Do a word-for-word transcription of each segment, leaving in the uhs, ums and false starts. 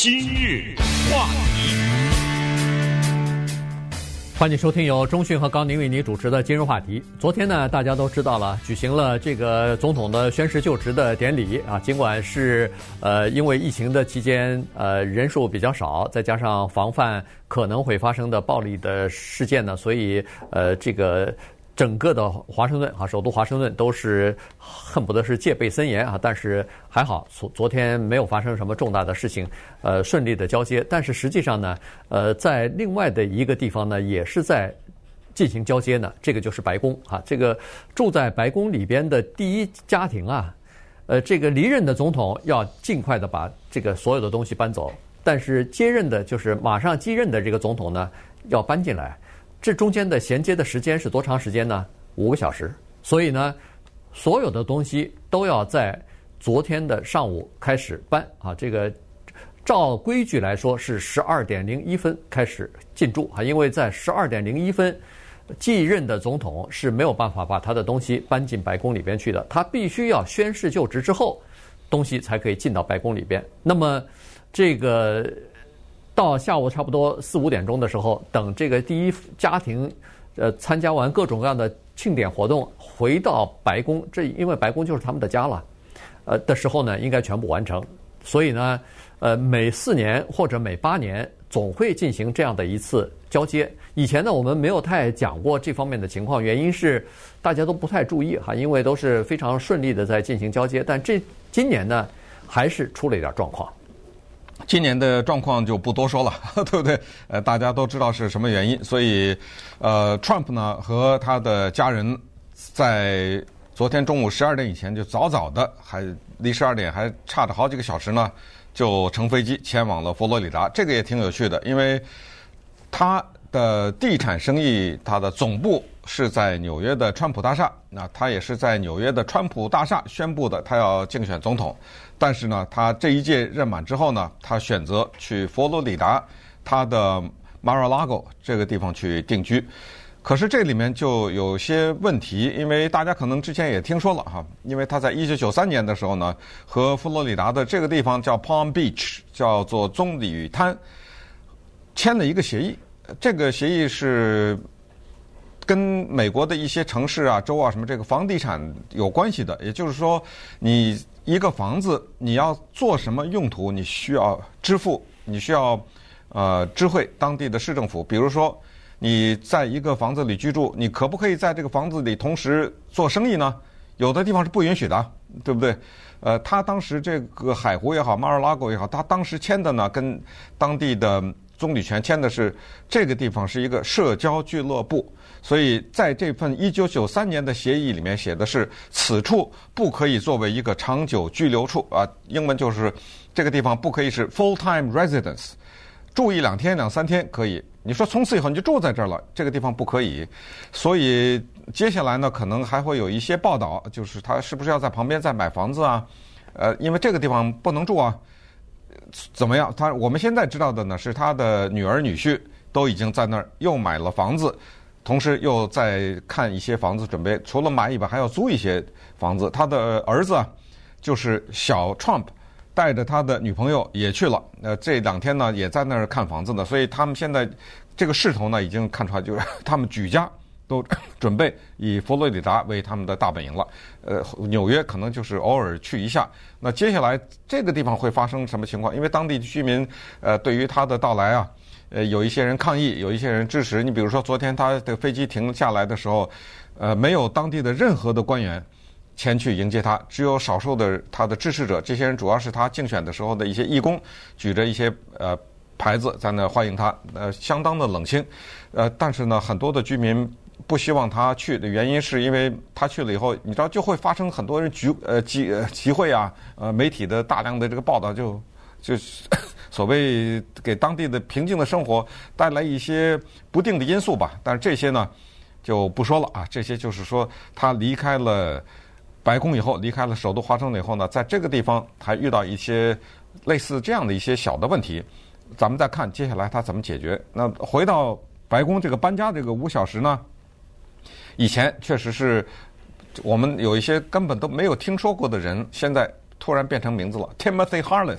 今日话题， 欢迎收听由钟迅和高宁为你主持的今日话题。昨天呢，大家都知道了，举行了这个总统的宣誓就职的典礼啊。尽管是呃因为疫情的期间呃人数比较少，再加上防范可能会发生的暴力的事件呢，所以呃这个。整个的华盛顿啊，首都华盛顿都是恨不得是戒备森严啊，但是还好，昨昨天没有发生什么重大的事情，呃，顺利的交接。但是实际上呢，呃，在另外的一个地方呢，也是在进行交接呢，这个就是白宫啊。这个住在白宫里边的第一家庭啊，呃，这个离任的总统要尽快的把这个所有的东西搬走，但是接任的，就是马上继任的这个总统呢，要搬进来。这中间的衔接的时间是多长时间呢？五个小时。所以呢，所有的东西都要在昨天的上午开始搬啊。这个照规矩来说是十二点零一分开始进驻啊，因为在十二点零一分，继任的总统是没有办法把他的东西搬进白宫里边去的，他必须要宣誓就职之后，东西才可以进到白宫里边。那么这个。到下午差不多四五点钟的时候，等这个第一家庭，呃，参加完各种各样的庆典活动，回到白宫，这因为白宫就是他们的家了，呃的时候呢，应该全部完成。所以呢，呃，每四年或者每八年总会进行这样的一次交接。以前呢，我们没有太讲过这方面的情况，原因是大家都不太注意哈，因为都是非常顺利的在进行交接。但这今年呢，还是出了一点状况。 今年的状况就不多说了，对不对？呃，大家都知道是什么原因，所以，呃 ，Trump 呢和他的家人在昨天中午十二点以前就早早的，还离十二点还差着好几个小时呢，就乘飞机前往了佛罗里达。这个也挺有趣的，因为他的地产生意，他的总部是在纽约的川普大厦，那他也是在纽约的川普大厦宣布的，他要竞选总统。但是呢，他这一届任满之后呢，他选择去佛罗里达他的 Mar-a-Lago 这个地方去定居。可是这里面就有些问题，因为大家可能之前也听说了哈，因为他在一九九三年的时候呢，和佛罗里达的这个地方叫 Palm Beach， 叫做棕榈滩，签了一个协议。这个协议是跟美国的一些城市啊、州啊什么这个房地产有关系的，也就是说，你一个房子你要做什么用途，你需要支付，你需要呃知会当地的市政府。比如说，你在一个房子里居住，你可不可以在这个房子里同时做生意呢？有的地方是不允许的，对不对？呃，他当时这个海湖也好，马尔拉狗也好，他当时签的呢，跟当地的棕榈泉签的是这个地方是一个社交俱乐部。所以在这份一九九三年的协议里面写的是，此处不可以作为一个长久居留处啊，英文就是这个地方不可以是 full-time residence， 住一两天、两三天可以。你说从此以后你就住在这儿了，这个地方不可以。所以接下来呢，可能还会有一些报道，就是他是不是要在旁边再买房子啊？呃，因为这个地方不能住啊。怎么样？他我们现在知道的呢，是他的女儿女婿都已经在那儿又买了房子。同时又在看一些房子，准备除了买以外还要租一些房子。他的儿子啊，就是小 Trump， 带着他的女朋友也去了。呃，这两天呢也在那儿看房子呢，所以他们现在这个势头呢已经看出来，就是他们举家都准备以佛罗里达为他们的大本营了。呃，纽约可能就是偶尔去一下。那接下来这个地方会发生什么情况？因为当地居民呃对于他的到来啊。呃，有一些人抗议，有一些人支持。你比如说，昨天他的飞机停下来的时候，呃，没有当地的任何的官员前去迎接他，只有少数的他的支持者。这些人主要是他竞选的时候的一些义工，举着一些呃牌子在那欢迎他，呃，相当的冷清。呃，但是呢，很多的居民不希望他去的原因，是因为他去了以后，你知道就会发生很多人集呃集呃集会啊，呃，媒体的大量的这个报道就就是。所谓给当地的平静的生活带来一些不定的因素吧，但是这些呢就不说了啊。这些就是说他离开了白宫以后，离开了首都华盛顿以后呢，在这个地方还遇到一些类似这样的一些小的问题，咱们再看接下来他怎么解决。那回到白宫这个搬家这个五小时呢，以前确实是我们有一些根本都没有听说过的人，现在突然变成名字了。Timothy Harless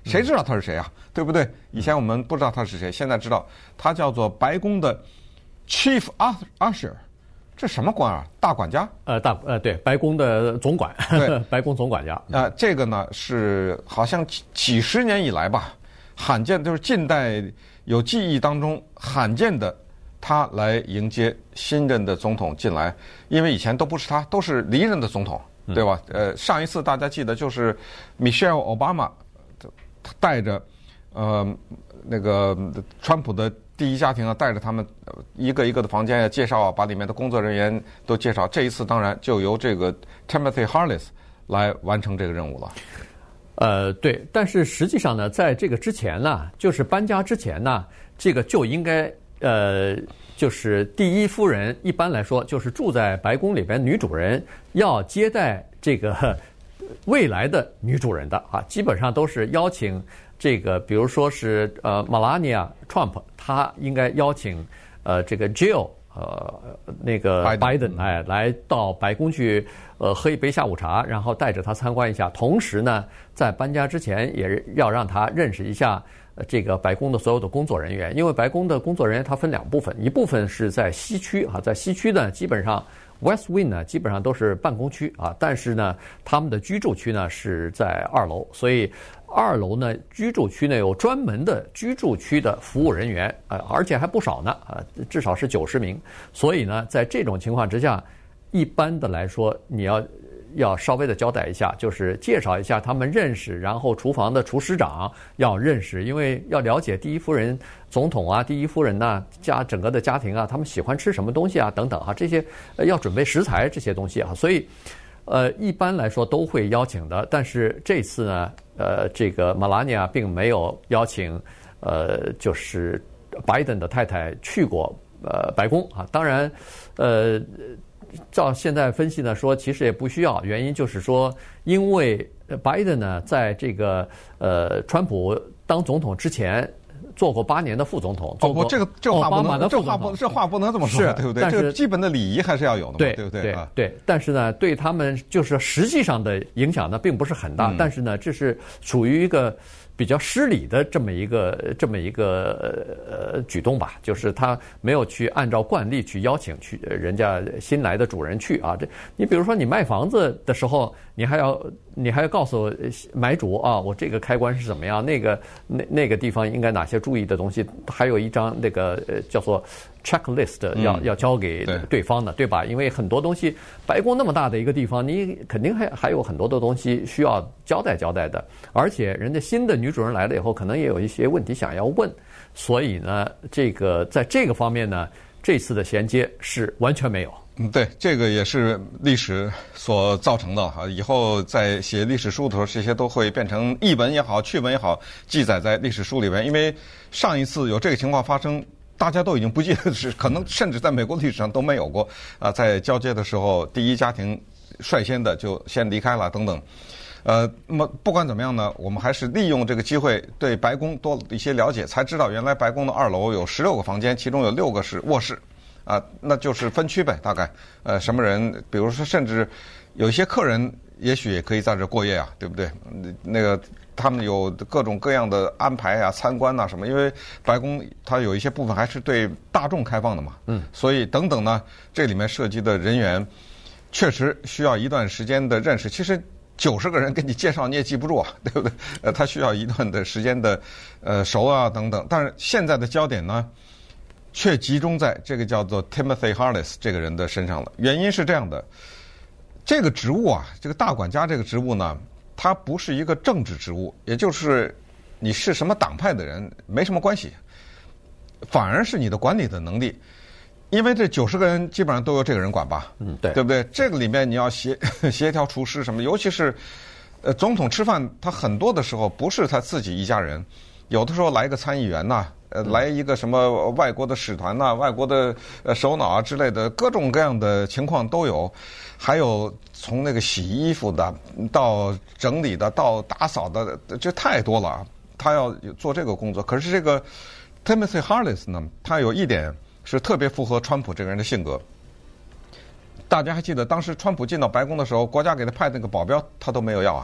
谁知道他是谁啊？对不对？以前我们不知道他是谁，现在知道他叫做白宫的 Chief Usher。这什么官啊？大管家？ 呃，大呃，对，白宫的总管， 对， 白宫总管家。 啊、呃，这个呢是好像几几十年以来吧，罕见，就是近代有记忆当中罕见的，他来迎接新任的总统进来，因为以前都不是他，都是离任的总统，对吧？嗯、呃，上一次大家记得就是 Michelle Obama 带着呃那个川普的第一家庭啊，带着他们一个一个的房间啊，介绍啊，把里面的工作人员都介绍。这一次当然就由这个 Timothy Harris 来完成这个任务了。 呃，对，但是实际上呢，在这个之前呢，就是搬家之前呢，这个就应该呃，就是第一夫人一般来说就是住在白宫里边，女主人要接待这个未来的女主人的啊，基本上都是邀请。这个，比如说是呃，Melania Trump， 他应该邀请呃这个 Jill 呃那个 Biden 哎来到白宫去呃喝一杯下午茶，然后带着他参观一下。同时呢，在搬家之前也要让他认识一下呃这个白宫的所有的工作人员，因为白宫的工作人员它分两部分，一部分是在西区啊，在西区呢基本上。West Wing 呢，基本上都是办公区啊，但是呢，他们的居住区呢是在二楼，所以二楼呢居住区呢有专门的居住区的服务人员啊，而且还不少呢啊，至少是九十名。所以呢，在这种情况之下，一般的来说，你要要稍微的交代一下，就是介绍一下他们认识，然后厨房的厨师长要认识，因为要了解第一夫人、总统啊、第一夫人呐、家整个的家庭啊，他们喜欢吃什么东西啊等等啊，这些要准备食材这些东西啊，所以呃一般来说都会邀请的。但是这次呢，呃，这个马拉尼亚并没有邀请，呃，就是拜登的太太去过呃白宫啊，当然，呃。照现在分析呢，说其实也不需要，原因就是说，因为拜登呢，在这个呃川普当总统之前，做过八年的副总统。 哦，不，这个这话不能，这话不这话不能这么说，对不对？这个基本的礼仪还是要有的嘛， 对对不对？ 对对。但是呢，对他们就是实际上的影响呢，并不是很大。但是呢，这是属于一个比较失礼的这么一个这么一个呃举动吧，就是他没有去按照惯例去邀请去人家新来的主人去啊。这你比如说你卖房子的时候，你还要你还要告诉买主啊，我这个开关是怎么样，那个那那个地方应该哪些注意的东西，还有一张那个呃叫做 checklist 要、嗯、要交给对方的， 对, 对吧？因为很多东西，白宫那么大的一个地方，你肯定还还有很多的东西需要交代交代的，而且人家新的女主人来了以后，可能也有一些问题想要问，所以呢，这个在这个方面呢，这次的衔接是完全没有。 嗯，对，这个也是历史所造成的哈。以后在写历史书的时候，这些都会变成译文也好、趣闻也好，记载在历史书里边。因为上一次有这个情况发生，大家都已经不记得是，可能甚至在美国历史上都没有过啊。在交接的时候，第一家庭率先的就先离开了等等。呃，那么不管怎么样呢，我们还是利用这个机会对白宫多一些了解，才知道原来白宫的二楼有十六个房间，其中有六个是卧室。啊，那就是分区呗，大概，呃，什么人，比如说，甚至有一些客人，也许也可以在这过夜啊，对不对？那个他们有各种各样的安排啊、参观啊什么，因为白宫它有一些部分还是对大众开放的嘛，嗯，所以等等呢，这里面涉及的人员确实需要一段时间的认识。其实九十个人给你介绍你也记不住啊，对不对？呃，他需要一段的时间的呃熟啊等等。但是现在的焦点呢，却集中在这个叫做 Timothy Harris 这个人的身上了。原因是这样的，这个职务啊，这个大管家这个职务呢，它不是一个政治职务，也就是你是什么党派的人没什么关系，反而是你的管理的能力。因为这九十个人基本上都由这个人管吧， 嗯，对， 对不对？这个里面你要协协调厨师什么，尤其是呃总统吃饭，他很多的时候不是他自己一家人，有的时候来一个参议员呐、啊。呃，来一个什么外国的使团呐、啊、外国的呃首脑啊之类的，各种各样的情况都有。还有从那个洗衣服的到整理的到打扫的，这太多了。他要做这个工作，可是这个 Timothy Harris 呢，他有一点是特别符合川普这个人的性格。大家还记得当时川普进到白宫的时候，国家给他派那个保镖，他都没有要啊。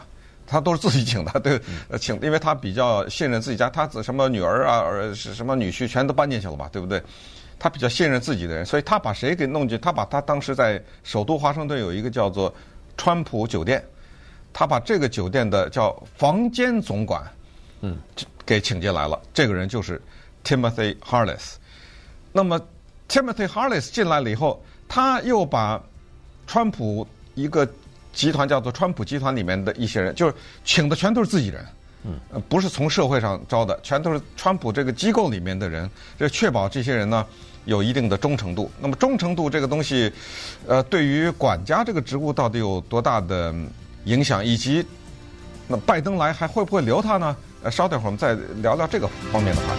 他都是自己请的，对，呃，请，因为他比较信任自己家，他什么女儿啊，儿是什么女婿全都搬进去了嘛，对不对？他比较信任自己的人，所以他把谁给弄进？他把他当时在首都华盛顿有一个叫做川普酒店，他把这个酒店的叫房间总管，嗯，给请进来了。这个人就是 Timothy Harless。那么 Timothy Harless 进来了以后，他又把川普一个集团叫做川普集团里面的一些人，就是请的全都是自己人。嗯，不是从社会上招的，全都是川普这个机构里面的人，这确保这些人呢有一定的忠诚度。那么忠诚度这个东西，呃，对于管家这个职务到底有多大的影响，以及那拜登来还会不会留他呢？呃，稍等会儿我们再聊聊这个方面的话题。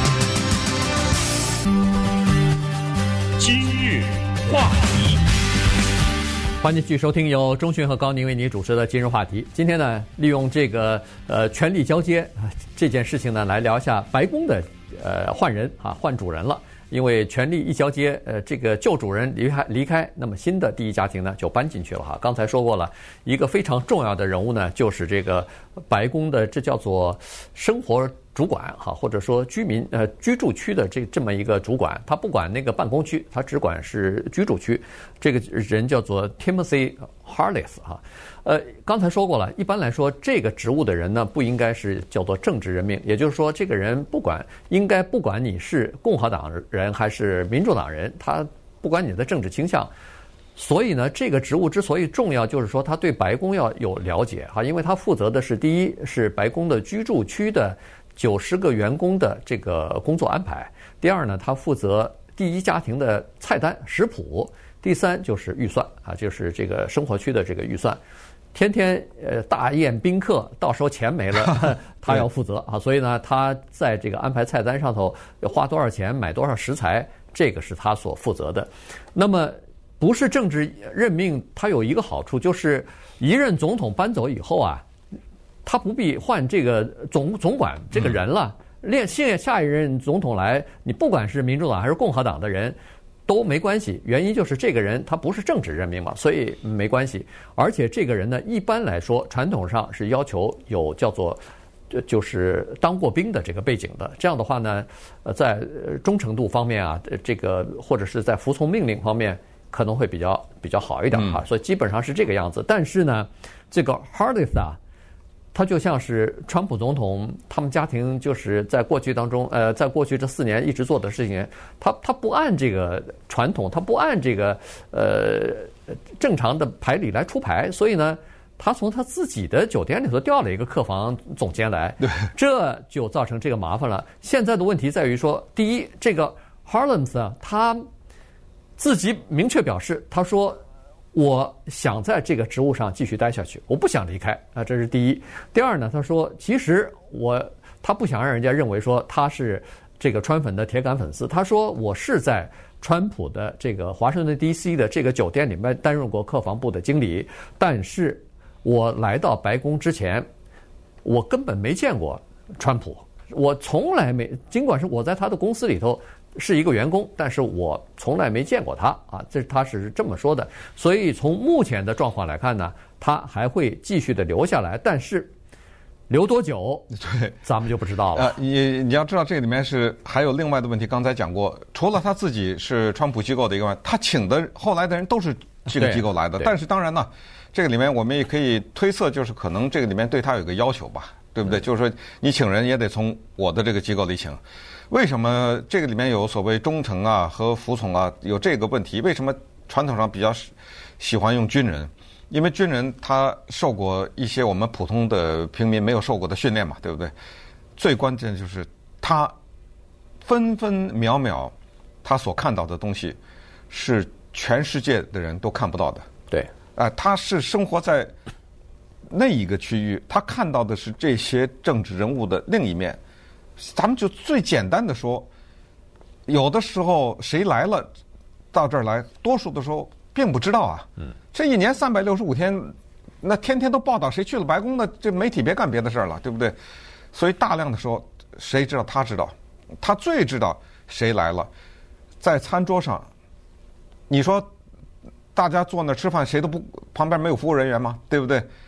今日话题。 欢迎继续收听由钟迅和高宁为你主持的今日话题。今天呢，利用这个呃权力交接啊这件事情呢，来聊一下白宫的呃换人啊换主人了。因为权力一交接，呃，这个旧主人离开离开，那么新的第一家庭呢就搬进去了哈。刚才说过了，一个非常重要的人物呢，就是这个白宫的这叫做生活主管哈，或者说居民呃居住区的这这么一个主管，他不管那个办公区，他只管是居住区。这个人叫做 Timothy Harless 哈。呃，刚才说过了，一般来说，这个职务的人呢，不应该是叫做正职任命，也就是说，这个人不管应该不管你是共和党人还是民主党人，他不管你的政治倾向。所以呢，这个职务之所以重要，就是说他对白宫要有了解哈，因为他负责的是第一是白宫的居住区的九十个员工的这个工作安排，第二呢，他负责第一家庭的菜单食谱，第三就是预算啊，就是这个生活区的这个预算。天天呃大宴宾客，到时候钱没了，他要负责啊。所以呢，他在这个安排菜单上头要花多少钱，买多少食材，这个是他所负责的。那么不是政治任命，它有一个好处，就是一任总统搬走以后啊，他不必换这个总总管这个人了。连现下一任总统来，你不管是民主党还是共和党的人，都没关系，原因就是这个人他不是政治任命嘛，所以没关系。而且这个人呢，一般来说传统上是要求有叫做就是当过兵的这个背景的。这样的话呢，呃，在忠诚度方面啊，这个或者是在服从命令方面可能会比较比较好一点哈。所以基本上是这个样子。但是呢，这个 Harless 啊，他就像是川普总统他们家庭就是在过去当中，呃，在过去这四年一直做的事情，他他不按这个传统，他不按这个呃正常的牌理来出牌，所以呢，他从他自己的酒店里头调了一个客房总监来，这就造成这个麻烦了。现在的问题在于说，第一，这个 Harless 啊，他自己明确表示，他说，我想在这个职务上继续待下去，我不想离开啊，这是第一。第二呢，他说，其实我他不想让人家认为说他是这个川粉的铁杆粉丝。他说，我是在川普的这个华盛顿 D C 的这个酒店里面担任过客房部的经理，但是我来到白宫之前，我根本没见过川普，我从来没，尽管是我在他的公司里头是一个员工，但是我从来没见过他啊，这他是这么说的。所以从目前的状况来看呢，他还会继续的留下来，但是留多久， 对， 咱们就不知道了。 呃，你你要知道，这里面是还有另外的问题。刚才讲过，除了他自己是川普机构的一个，他请的后来的人都是这个机构来的。但是当然呢，这个里面我们也可以推测，就是可能这个里面对他有个要求吧，对不对？嗯、就是说，你请人也得从我的这个机构里请。为什么这个里面有所谓忠诚啊和服从啊有这个问题？为什么传统上比较喜欢用军人？因为军人他受过一些我们普通的平民没有受过的训练嘛，对不对？最关键就是他分分秒秒他所看到的东西是全世界的人都看不到的。 对， 啊、呃，他是生活在那一个区域，他看到的是这些政治人物的另一面。咱们就最简单的说，有的时候谁来了到这儿来，多数的时候并不知道啊。嗯，这一年三百六十五天，那天天都报道谁去了白宫的，这媒体别干别的事儿了，对不对？所以大量的时候，谁知道？他知道，他最知道谁来了。在餐桌上，你说大家坐那吃饭，谁都不旁边没有服务人员吗？对不对？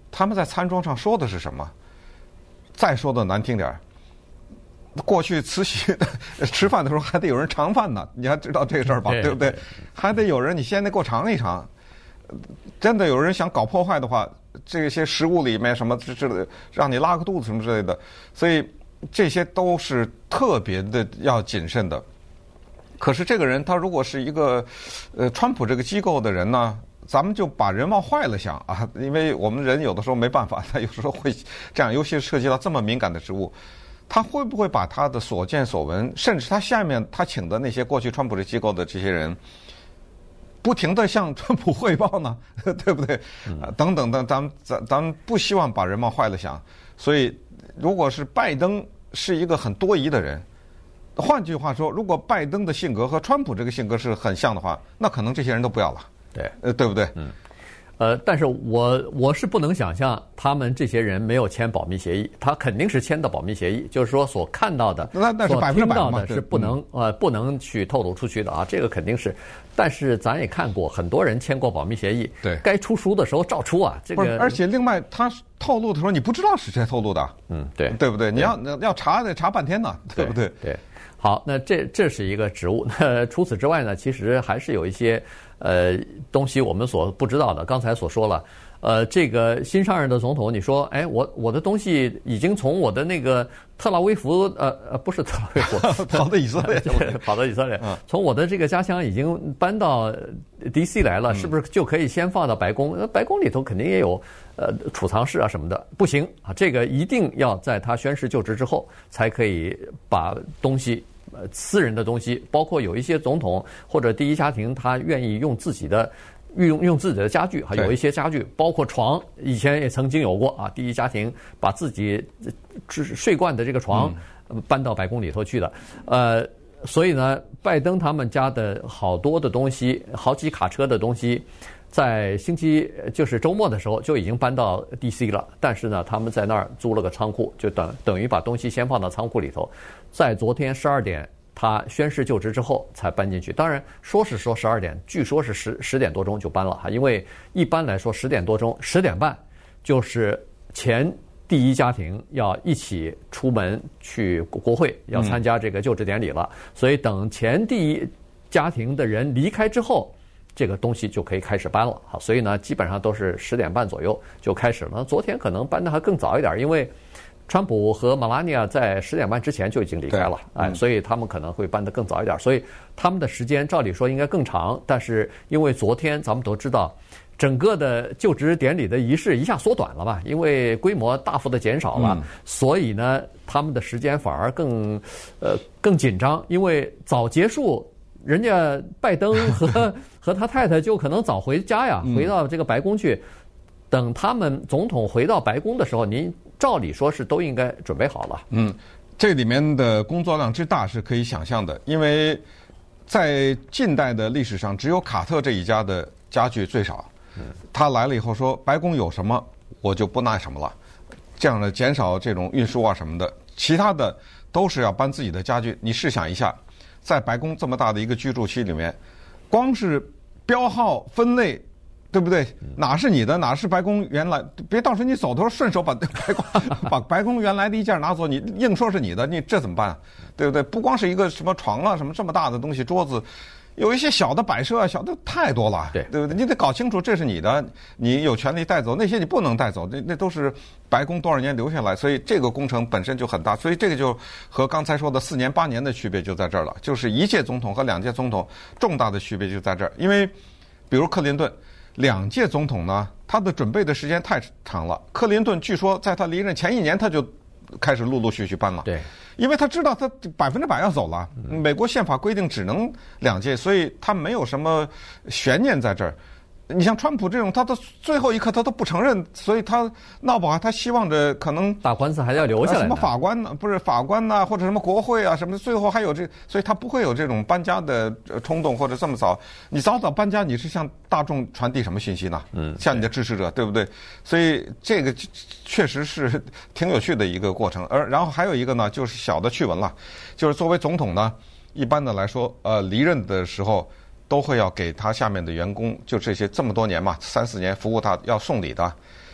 他们在餐桌上说的是什么？再说的难听点儿，过去慈禧吃饭的时候还得有人尝饭呢，你还知道这事儿吧？对不对？还得有人，你先得给我尝一尝。真的有人想搞破坏的话，这些食物里面什么之类的，让你拉个肚子什么之类的，所以这些都是特别的要谨慎的。可是这个人他如果是一个呃川普这个机构的人呢，咱们就把人往坏了想啊，因为我们人有的时候没办法，他有时候会这样，尤其是涉及到这么敏感的职务，他会不会把他的所见所闻，甚至他下面他请的那些过去川普这机构的这些人，不停地向川普汇报呢，对不对？啊，等等的，咱们咱咱们不希望把人往坏了想，所以如果是拜登是一个很多疑的人，换句话说，如果拜登的性格和川普这个性格是很像的话，那可能这些人都不要了， 对， 呃，对不对？ 嗯。呃，但是我我是不能想象他们这些人没有签保密协议，他肯定是签的保密协议，就是说所看到的、 那那是所听到嘛的是不能、嗯、呃不能去透露出去的啊，这个肯定是。但是咱也看过很多人签过保密协议， 对， 该出书的时候照出啊，这个。 而且另外他透露的时候，你不知道是谁透露的， 嗯，对， 对不对？你要要查得查半天呢，对不对？ 对。好，那这这是一个职务。那除此之外呢，其实还是有一些呃东西我们所不知道的。刚才所说了，呃，这个新上任的总统，你说，哎，我我的东西已经从我的那个特拉维夫，呃呃，不是特拉维夫， 跑到以色列， 跑到以色列，从我的这个家乡已经搬到 D C 来了，是不是就可以先放到白宫？那白宫里头肯定也有呃储藏室啊什么的，不行啊，这个一定要在他宣誓就职之后才可以把东西。呃，私人的东西，包括有一些总统或者第一家庭，他愿意用自己的用用自己的家具，还有一些家具，包括床，以前也曾经有过啊。第一家庭把自己睡惯的这个床搬到白宫里头去的，呃，所以呢，拜登他们家的好多的东西，好几卡车的东西。在星期就是周末的时候就已经搬到 D C 了，但是呢，他们在那儿租了个仓库，就等等于把东西先放到仓库里头，在昨天十二点他宣誓就职之后才搬进去。当然说是说十二点，据说是十十点多钟就搬了哈，因为一般来说十点多钟、十点半就是前第一家庭要一起出门去国会，要参加这个就职典礼了，嗯、所以等前第一家庭的人离开之后。这个东西就可以开始搬了，好，所以呢，基本上都是十点半左右就开始了。昨天可能搬的还更早一点，因为川普和马拉尼亚在十点半之前就已经离开了，哎、嗯，所以他们可能会搬得更早一点，所以他们的时间照理说应该更长，但是因为昨天咱们都知道，整个的就职典礼的仪式一下缩短了嘛，因为规模大幅的减少了，嗯、所以呢，他们的时间反而更呃更紧张，因为早结束。人家拜登和和他太太就可能早回家呀，回到这个白宫去。等他们总统回到白宫的时候，您照理说是都应该准备好了。 嗯，这里面的工作量之大是可以想象的，因为在近代的历史上，只有卡特这一家的家具最少。他来了以后说，白宫有什么我就不那什么了，这样的减少这种运输啊什么的，其他的都是要搬自己的家具。你试想一下。在白宫这么大的一个居住区里面，光是标号分类，对不对？哪是你的，哪是白宫原来？别到时候你走的时候顺手把白宫把白宫原来的一件拿走，你硬说是你的，你这怎么办？对不对？不光是一个什么床啊，什么这么大的东西，桌子。有一些小的摆设啊，小的太多了， 对对不对？你得搞清楚这是你的，你有权利带走，那些你不能带走，那那都是白宫多少年留下来，所以这个工程本身就很大，所以这个就和刚才说的四年八年的区别就在这儿了，就是一届总统和两届总统重大的区别就在这儿，因为比如克林顿两届总统呢，他的准备的时间太长了，克林顿据说在他离任前一年他就开始陆陆续续搬了， 对。 因为他知道他百分之百要走了，美国宪法规定只能两届，所以他没有什么悬念在这儿。你像川普这种，他到最后一刻他都不承认，所以他闹不好，他希望着可能打官司还要留下来。 什么法官呢？不是法官呐、啊，或者什么国会啊什么的，最后还有这，所以他不会有这种搬家的冲动，或者这么早，你早早搬家，你是向大众传递什么信息呢？嗯，向你的支持者，对不对？所以这个确实是挺有趣的一个过程。而然后还有一个呢，就是小的趣闻了，就是作为总统呢，一般的来说，呃，离任的时候。都会要给他下面的员工，就这些这么多年嘛，三四年服务他要送礼的。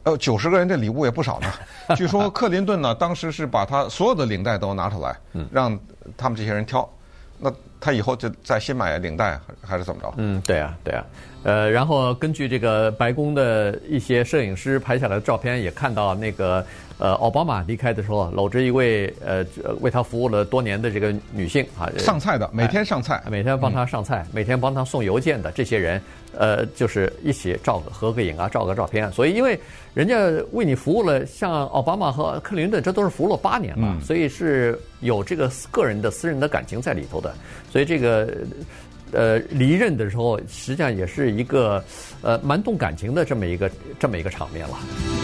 呃，九十个人这礼物也不少呢。据说克林顿呢，当时是把他所有的领带都拿出来，让他们这些人挑。那他以后就再新买领带还是怎么着？ 嗯，对啊，对啊。呃，然后根据这个白宫的一些摄影师拍下来的照片，也看到那个呃奥巴马离开的时候，搂着一位呃为他服务了多年的这个女性啊， 上菜的，每天上菜， 哎、每天帮他上菜，嗯、每天帮他送邮件的这些人，呃，就是一起照个合个影啊，照个照片。所以因为人家为你服务了，像奥巴马和克林顿，这都是服务了八年嘛，嗯、所以是有这个个人的私人的感情在里头的，所以这个。呃，离任的时候，实际上也是一个呃蛮动感情的这么一个这么一个场面了。